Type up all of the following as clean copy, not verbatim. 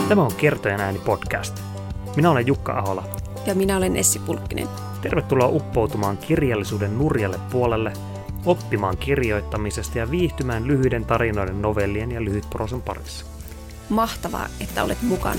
Tämä on Kertojen ääni podcast. Minä olen Jukka Ahola. Ja minä olen Essi Pulkkinen. Tervetuloa uppoutumaan kirjallisuuden nurjalle puolelle, oppimaan kirjoittamisesta ja viihtymään lyhyiden tarinoiden, novellien ja lyhytprosan parissa. Mahtavaa, että olet mukana.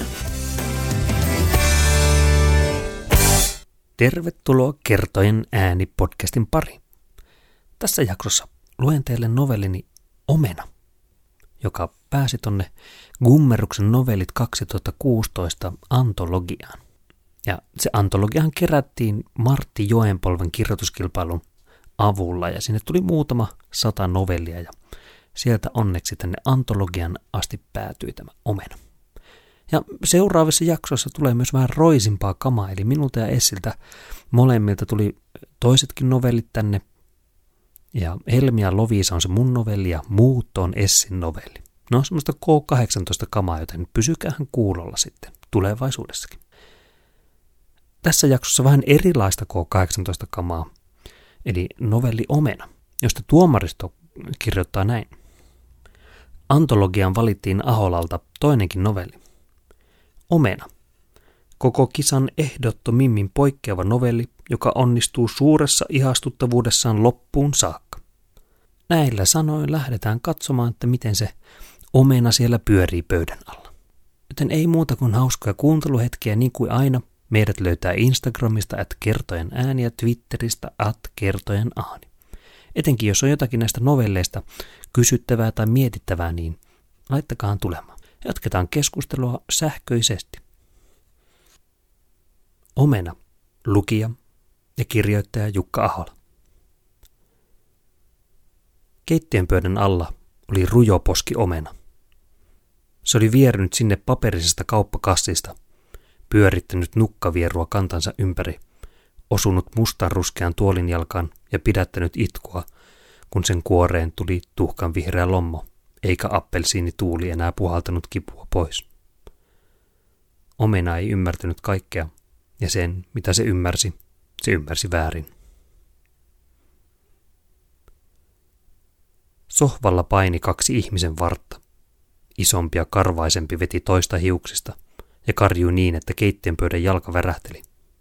Tervetuloa Kertojen ääni podcastin pariin. Tässä jaksossa luen teille novellini Omena, joka pääsi tonne Gummeruksen novellit 2016 antologiaan. Ja se antologiahan kerättiin Martti Joenpolven kirjoituskilpailun avulla ja sinne tuli muutama 100 novellia ja sieltä onneksi tänne antologian asti päätyi tämä Omena. Ja seuraavissa jaksoissa tulee myös vähän roisimpaa kamaa, eli minulta ja Essiltä molemmilta tuli toisetkin novellit tänne. Ja Helmi ja Loviisa on se mun novelli ja Muutto on Essin novelli. No semmoista K18-kamaa, joten pysykäähän kuulolla sitten tulevaisuudessakin. Tässä jaksossa vähän erilaista K18-kamaa, eli novelli Omena, josta tuomaristo kirjoittaa näin. Antologiaan valittiin Aholalta toinenkin novelli. Omena. Koko kisan ehdottomimmin poikkeava novelli, joka onnistuu suuressa ihastuttavuudessaan loppuun saakka. Näillä sanoin lähdetään katsomaan, että miten se omena siellä pyörii pöydän alla. Joten ei muuta kuin hauskoja kuunteluhetkiä niin kuin aina. Meidät löytää Instagramista @kertojen ääni ja Twitteristä @kertojen ääni. Etenkin jos on jotakin näistä novelleista kysyttävää tai mietittävää, niin laittakaa tulemaan. Jatketaan keskustelua sähköisesti. Omena. Lukija ja kirjoittaja Jukka Ahola. Keittiönpöydän alla oli rujoposki omena. Se oli vierynyt sinne paperisesta kauppakassista, pyörittänyt nukkavierua kantansa ympäri, osunut mustan ruskean tuolin jalkaan ja pidättänyt itkua, kun sen kuoreen tuli tuhkan vihreä lommo, eikä appelsiinituuli enää puhaltanut kipua pois. Omena ei ymmärtänyt kaikkea, ja sen, mitä se ymmärsi väärin. Sohvalla paini 2 ihmisen vartta. Isompi ja karvaisempi veti toista hiuksista ja karjui niin, että keittiönpöydän jalka värähteli.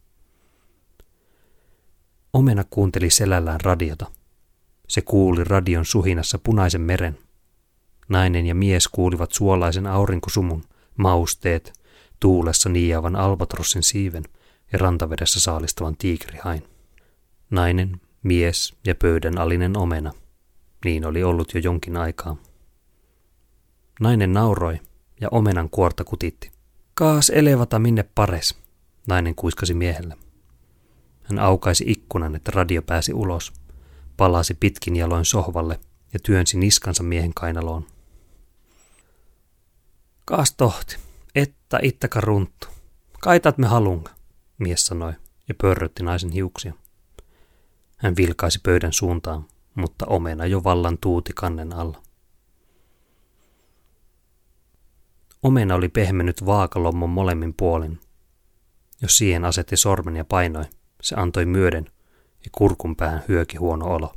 Omena kuunteli selällään radiota. Se kuuli radion suhinassa Punaisen meren. Nainen ja mies kuulivat suolaisen aurinkosumun, mausteet, tuulessa niiaavan albatrossin siiven ja rantavedessä saalistavan tiikerihain. Nainen, mies ja pöydän alinen omena. Niin oli ollut jo jonkin aikaa. Nainen nauroi ja omenan kuorta kutitti. Kaas elevata minne pares, nainen kuiskasi miehelle. Hän aukaisi ikkunan, että radio pääsi ulos, palasi pitkin jaloin sohvalle ja työnsi niskansa miehen kainaloon. Kaas tohti, että ittäkä runttu. Kaitat me halunga, mies sanoi ja pörrötti naisen hiuksia. Hän vilkaisi pöydän suuntaan, mutta omena jo vallan tuuti kannen alla. Omena oli pehmennyt vaakalommon molemmin puolin. Jos siihen asetti sormen ja painoi, se antoi myöden ja kurkun päähän hyöki huono olo.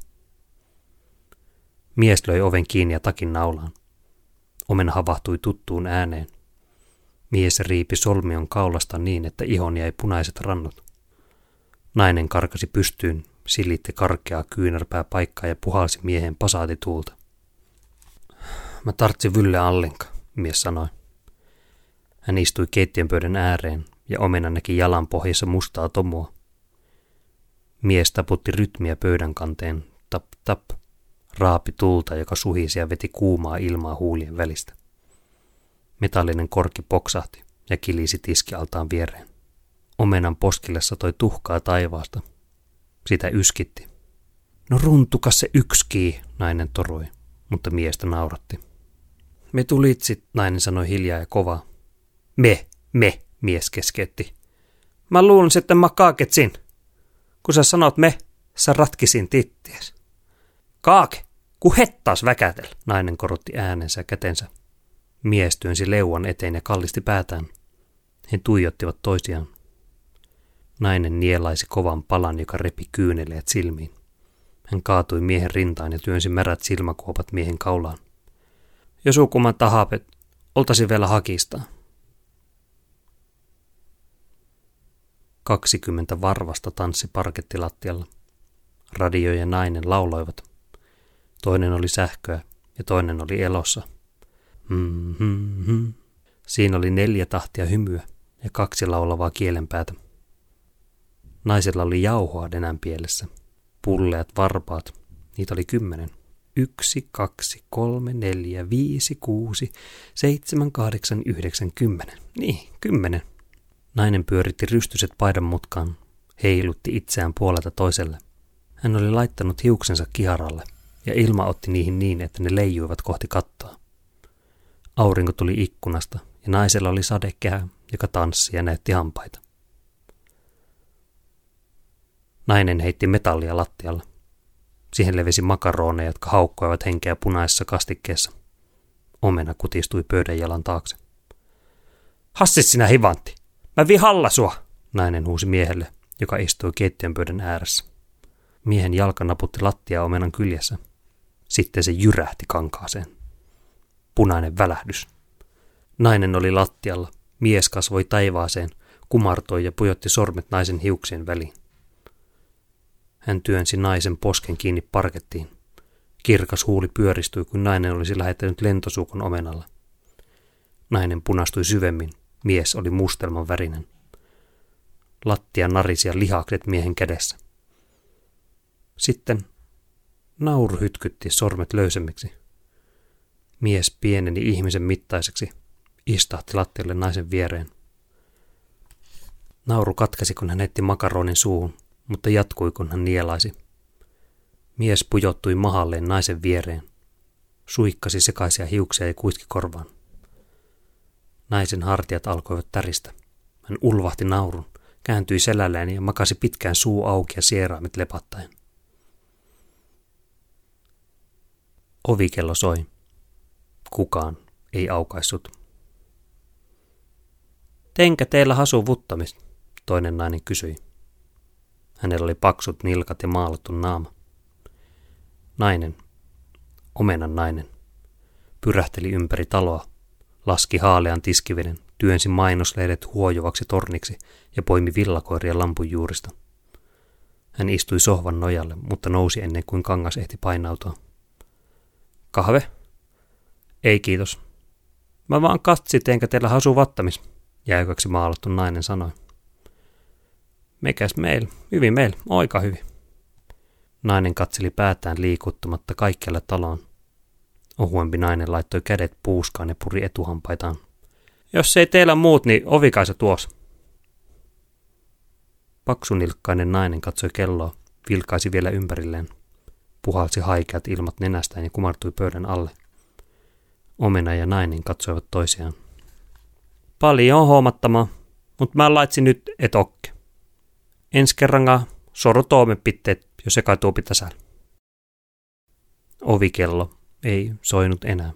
Mies löi oven kiinni ja takin naulaan. Omena havahtui tuttuun ääneen. Mies riipi solmion kaulasta niin, että ihon jäi punaiset rannut. Nainen karkasi pystyyn, silitti karkeaa kyynärpää paikkaa ja puhalsi miehen pasaatituulta. Mä tartsin vylle allinka, mies sanoi. Hän istui keittiönpöydän ääreen ja omena näki jalan pohjassa mustaa tomua. Mies taputti rytmiä pöydän kanteen, tap tap, raapi tulta, joka suhisi ja veti kuumaa ilmaa huulien välistä. Metallinen korkki poksahti ja kilisi tiskialtaan viereen. Omenan poskille satoi tuhkaa taivaasta. Sitä yskitti. No runtukas se ykskii, nainen torui, mutta miestä nauratti. Me tulitsit, nainen sanoi hiljaa ja kovaa. Me, mies keskeytti. Mä luulin, että mä kaaketsin. Kun sä sanot me, sä ratkisin titties. Kaake, ku hettaas väkätel, nainen korotti äänensä ja kätensä. Mies työnsi leuan eteen ja kallisti päätään. He tuijottivat toisiaan. Nainen nielaisi kovan palan, joka repi kyyneleet silmiin. Hän kaatui miehen rintaan ja työnsi märät silmäkuopat miehen kaulaan. Jos ukuman tahapet, oltasi vielä hakistaa. 20 varvasta tanssi parkettilattialla. Radio ja nainen lauloivat. Toinen oli sähköä ja toinen oli elossa. Siinä oli 4 tahtia hymyä ja 2 laulavaa kielenpäätä. Naisella oli jauhoa nenänpielessä. Pulleat varpaat, niitä oli 10. 1, 2, 3, 4, 5, 6, 7, 8, 9, 10. Niin, 10. Nainen pyöritti rystyset paidan mutkaan, heilutti itseään puolelta toiselle. Hän oli laittanut hiuksensa kiharalle ja ilma otti niihin niin, että ne leijuivat kohti kattoa. Aurinko tuli ikkunasta ja naisella oli sadekehä, joka tanssi ja näytti hampaita. Nainen heitti metallia lattialle. Siihen levisi makaroneja, jotka haukkoivat henkeä punaisessa kastikkeessa. Omena kutistui pöydän jalan taakse. Hassis sinä hivantti! Mä vihalla sua! Nainen huusi miehelle, joka istui keittiönpöydän ääressä. Miehen jalka naputti lattiaa omenan kyljessä. Sitten se jyrähti kankaaseen. Punainen välähdys. Nainen oli lattialla. Mies kasvoi taivaaseen, kumartoi ja pujotti sormet naisen hiuksien väliin. Hän työnsi naisen posken kiinni parkettiin. Kirkas huuli pyöristyi, kun nainen olisi lähettänyt lentosuukon omenalla. Nainen punastui syvemmin. Mies oli mustelman värinen. Lattia narisi ja lihakset miehen kädessä. Sitten nauru hytkytti sormet löysemmiksi. Mies pieneni ihmisen mittaiseksi, istahti lattialle naisen viereen. Nauru katkesi, kun hän heitti makaronin suuhun, mutta jatkui, kun hän nielaisi. Mies pujottui mahalleen naisen viereen, suikkasi sekaisia hiuksia ja kuiski korvaan. Naisen hartiat alkoivat täristä. Hän ulvahti naurun, kääntyi selälleen ja makasi pitkään suu auki ja sieraimet lepattaen. Ovikello soi. Kukaan ei aukaissut. Tenkä teillä hasu vuttamis? Toinen nainen kysyi. Hänellä oli paksut nilkat ja maalattu naama. Nainen, omenan nainen, pyrähteli ympäri taloa, laski haalean tiskiveden, työnsi mainoslehdet huojuvaksi torniksi ja poimi villakoiria lampun juurista. Hän istui sohvan nojalle, mutta nousi ennen kuin kangas ehti painautua. Kahve? Ei kiitos. Mä vaan katsit, enkä teillä hasu vattamis, jäykäksi maalattu nainen sanoi. Mekäs meil, hyvin meil, oika hyvin. Nainen katseli päätään liikuttumatta kaikkialle taloon. Ohuempi nainen laittoi kädet puuskaan ja puri etuhampaitaan. Jos ei teillä muut, niin ovikaisa tuos. Paksunilkkainen nainen katsoi kelloa, vilkaisi vielä ympärilleen. Puhalsi haikeat ilmat nenästään ja kumartui pöydän alle. Omena ja nainen katsoivat toisiaan. Paljon huomattamaa, mutta mä laitsin nyt et okke. Ensi kerrankaan soro toimenpiteet, jos se kaituu pitäsään. Ovikello ei soinut enää.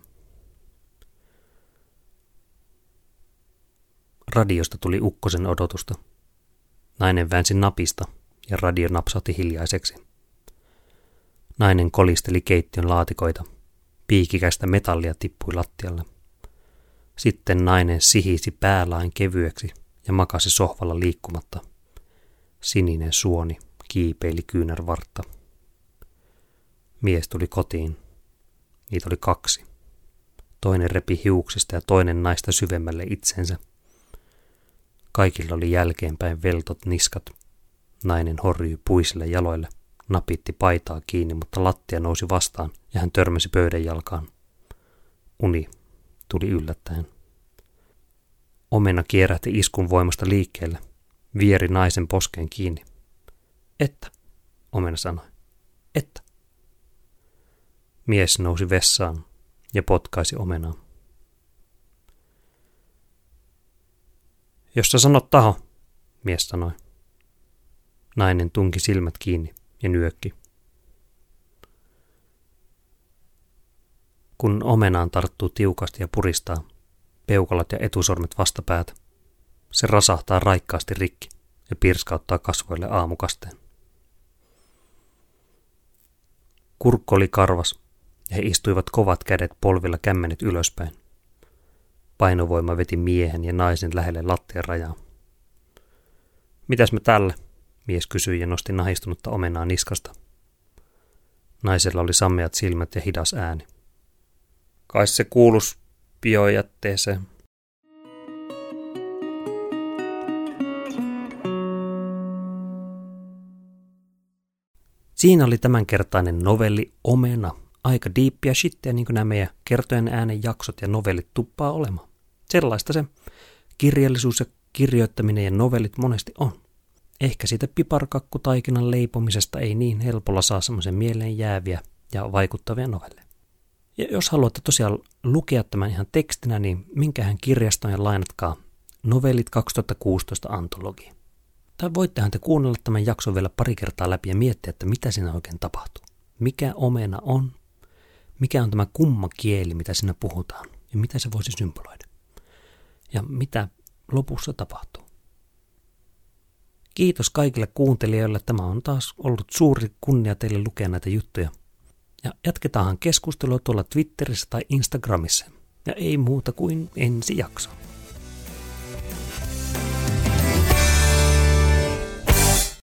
Radiosta tuli ukkosen odotusta. Nainen väänsi napista ja radio napsahti hiljaiseksi. Nainen kolisteli keittiön laatikoita. Piikikästä metallia tippui lattialle. Sitten nainen sihisi päälain kevyeksi ja makasi sohvalla liikkumatta. Sininen suoni kiipeili kyynärvartta. Mies tuli kotiin. Niitä oli 2. Toinen repi hiuksista ja toinen naista syvemmälle itsensä. Kaikilla oli jälkeenpäin veltot niskat. Nainen horjui puisille jaloille, napitti paitaa kiinni, mutta lattia nousi vastaan ja hän törmäsi pöydän jalkaan. Uni tuli yllättäen. Omena kierähti iskun voimasta liikkeelle, vieri naisen poskeen kiinni. Että, Omena sanoi, että. Mies nousi vessaan ja potkaisi Omenaa. Jos sä sanot taho, mies sanoi. Nainen tunki silmät kiinni ja nyökki. Kun Omenaan tarttuu tiukasti ja puristaa, peukalat ja etusormet vastapäätä, se rasahtaa raikkaasti rikki ja pirskauttaa kasvoille aamukasteen. Kurkku oli karvas ja he istuivat kovat kädet polvilla kämmenet ylöspäin. Painovoima veti miehen ja naisen lähelle lattian rajaa. Mitäs mä tälle? Mies kysyi ja nosti nahistunutta omenaa niskasta. Naisella oli sammeat silmät ja hidas ääni. Kai se kuulus biojätteeseen. Siinä oli tämänkertainen novelli Omena. Aika diippiä shittiä, niin kuin nämä meidän kertojen äänen jaksot ja novellit tuppaa olemaan. Sellaista se kirjallisuus ja kirjoittaminen ja novellit monesti on. Ehkä siitä piparkakkutaikinan leipomisesta ei niin helpolla saa semmoisen mieleen jääviä ja vaikuttavia novelleja. Ja jos haluatte tosiaan lukea tämän ihan tekstinä, niin minkähän kirjaston ja lainatkaa Novellit 2016 antologia. Tai voittehan te kuunnella tämän jakson vielä pari kertaa läpi ja miettiä, että mitä siinä oikein tapahtuu. Mikä omena on, mikä on tämä kummakieli, mitä siinä puhutaan ja mitä se voisi symboloida. Ja mitä lopussa tapahtuu. Kiitos kaikille kuuntelijoille. Tämä on taas ollut suuri kunnia teille lukea näitä juttuja. Ja jatketaanhan keskustelua tuolla Twitterissä tai Instagramissa. Ja ei muuta kuin ensi jakso.